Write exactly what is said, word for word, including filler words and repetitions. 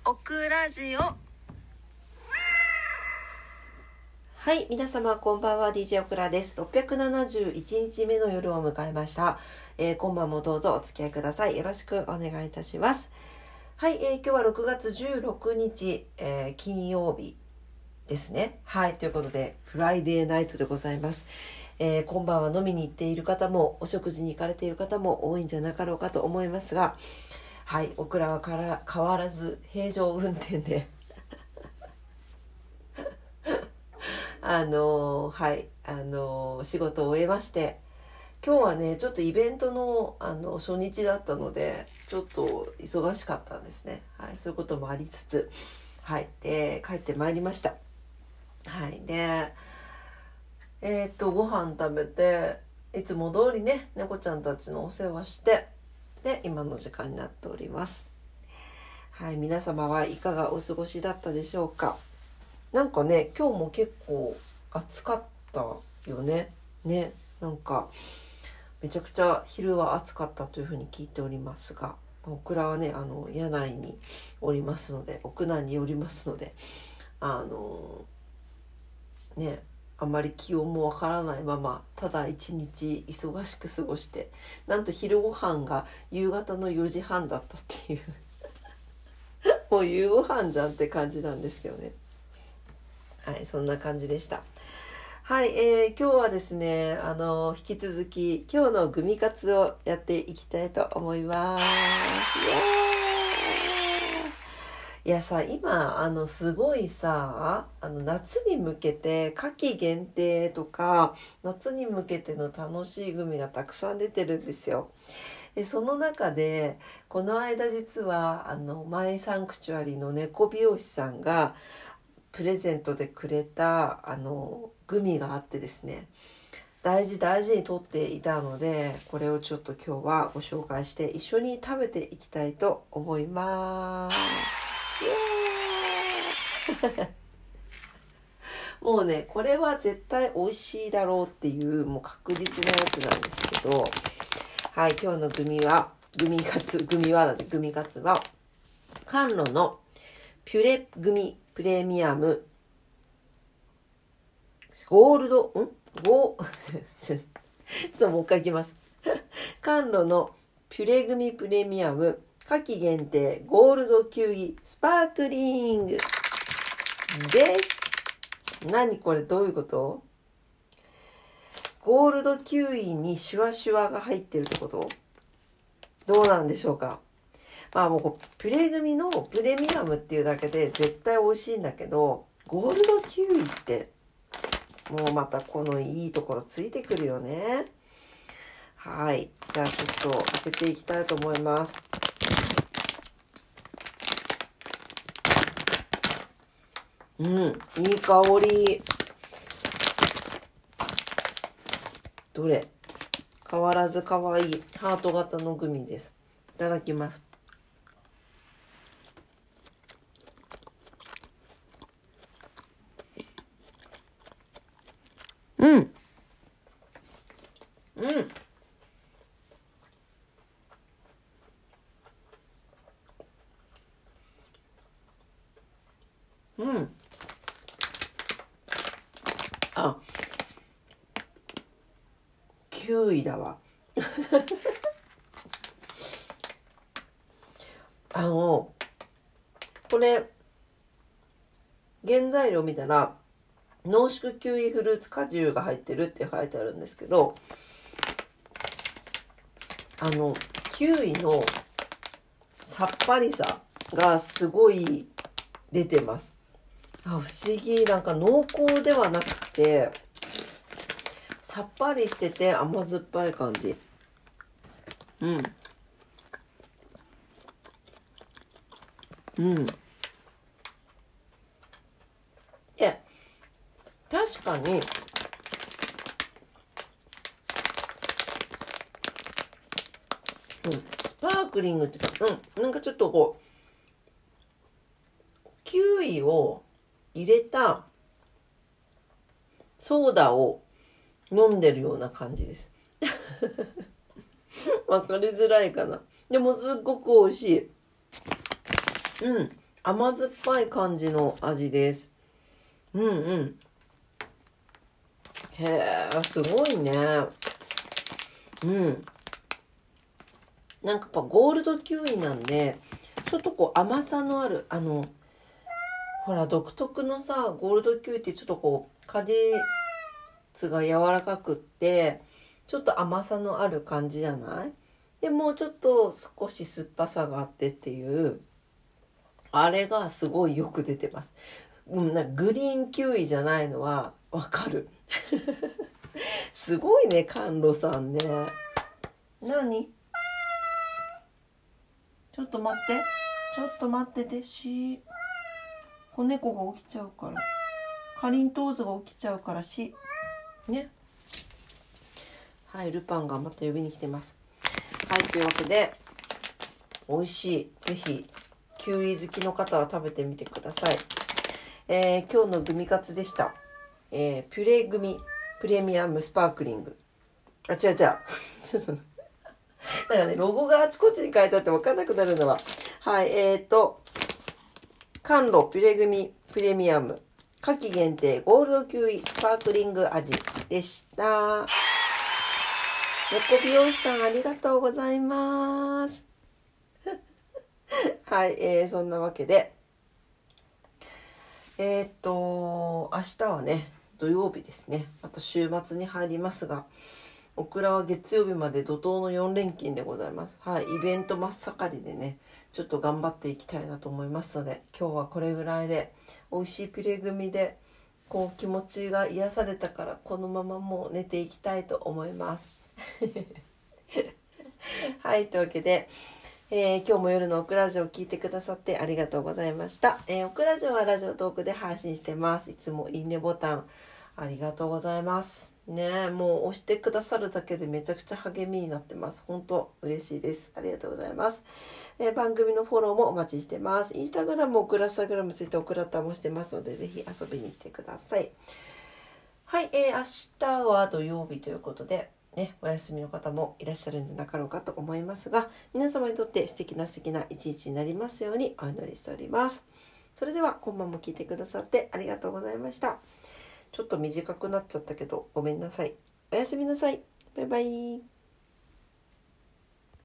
オクラジオ。 はい、皆様こんばんは。 ディージェー オクラです。ろっぴゃくななじゅういちにちめの夜を迎えました、えー、今晩もどうぞお付き合いください。よろしくお願いいたします。はい、えー、今日はろくがつじゅうろくにち、えー、金曜日ですね。はい、ということでフライデーナイトでございます。えー、今晩は飲みに行っている方もお食事に行かれている方も多いんじゃなかろうかと思いますが、はい、オクラはから変わらず平常運転であのー、はいあのー、仕事を終えまして、今日はねちょっとイベントの、あの初日だったのでちょっと忙しかったんですね。はい、そういうこともありつつ、はいで帰ってまいりました。はいでえー、っとご飯食べて、いつも通りね猫ちゃんたちのお世話して、で今の時間になっております。はい、皆様はいかがお過ごしだったでしょうか。なんかね今日も結構暑かったよね。ねなんかめちゃくちゃ昼は暑かったというふうに聞いておりますが、オクラはねあの野内におりますので、屋内におりますので、あのねあんまり気温もわからないままただ一日忙しく過ごして、なんと昼ご飯が夕方のよじはんだったっていうもう夕ご飯じゃんって感じなんですけどね。はい、そんな感じでした。はい、えー、今日はですね、あの引き続き今日のグミ活をやっていきたいと思います。いやさ、今あのすごいさ、あの夏に向けて夏季限定とか夏に向けての楽しいグミがたくさん出てるんですよ。でその中でこの間実はあのマイサンクチュアリの猫美容師さんがプレゼントでくれたあのグミがあってですね、大事大事に取っていたので、これをちょっと今日はご紹介して一緒に食べていきたいと思います。イエーイもうねこれは絶対美味しいだろうっていうもう確実なやつなんですけど、はい、今日のグミはグミカツグミはだってグミカツは甘露のピュレグミプレミアムゴールドんゴーちょっともう一回いきます甘露のピュレグミプレミアム夏季限定ゴールドキウイスパークリングです。何これどういうこと？ゴールドキウイにシュワシュワが入ってるってこと？どうなんでしょうか。まあもうこうピュレグミのプレミアムっていうだけで絶対美味しいんだけど、ゴールドキウイってもうまたこのいいところついてくるよね。はい、じゃあちょっと開けていきたいと思います。うん、いい香り。どれ？変わらず可愛いハート型のグミです。いただきます。うん。うん。うん。あ、キウイだわ。あの、これ、原材料見たら、濃縮キウイフルーツ果汁が入ってるって書いてあるんですけど、あの、キウイのさっぱりさがすごい出てます。あ、不思議。なんか濃厚ではなくて、さっぱりしてて甘酸っぱい感じ。うん。うん。で、確かに、うん、スパークリングっていうか、うん、なんかちょっとこう、キウイを入れたソーダを飲んでるような感じです。わかりづらいかな。でもすっごく美味しい。うん。 甘酸っぱい感じの味です。うんうん。へえ、すごいね。うん。なんかやっぱゴールドキウイなんで、ちょっとこう甘さのある、あの、ほら独特のさ、ゴールドキウイってちょっとこう、果実が柔らかくって、ちょっと甘さのある感じじゃない？でもうちょっと少し酸っぱさがあってっていう、あれがすごいよく出てます。うん、なんかグリーンキウイじゃないのはわかる。すごいね、甘露さんね。何？ちょっと待って。ちょっと待ってて。し。子猫が起きちゃうから。かりんとうずが起きちゃうからし。ね。はい、ルパンがまた呼びに来てます。はい、というわけで、美味しい。ぜひ、キウイ好きの方は食べてみてください。えー、今日のグミカツでした。えー、ピュレグミプレミアムスパークリング。あ、違う違う。ちょっと、なんかね、ロゴがあちこちに書いてあって分かんなくなるのは。はい、えーと、甘露ピュレグミプレミアム夏季限定ゴールドキウイスパークリング味でした。猫美容師さんありがとうございます。はい、えー、そんなわけで、えー、っと、明日はね、土曜日ですね。また週末に入りますが、オクラは月曜日まで怒涛のよん連勤でございます。はい、イベント真っ盛りでね、ちょっと頑張っていきたいなと思いますので、今日はこれぐらいで、美味しいピュレ組で、こう気持ちが癒されたから、このままもう寝ていきたいと思います。はい、というわけで、えー、今日も夜のオクラジオを聞いてくださってありがとうございました。えー、オクラジオはラジオトークで配信してます。いつもいいねボタンありがとうございます。ね、もう押してくださるだけでめちゃくちゃ励みになってます。本当嬉しいです。ありがとうございます。えー、番組のフォローもお待ちしてます。インスタグラム、オクラスタグラムついてオクラタもしてますので、ぜひ遊びに来てください。はい、えー、明日は土曜日ということで、ね、お休みの方もいらっしゃるんじゃなかろうかと思いますが、皆様にとって素敵な素敵な一日になりますようにお祈りしております。それでは今晩も聞いてくださってありがとうございました。ちょっと短くなっちゃったけどごめんなさい。おやすみなさい。バイバイ。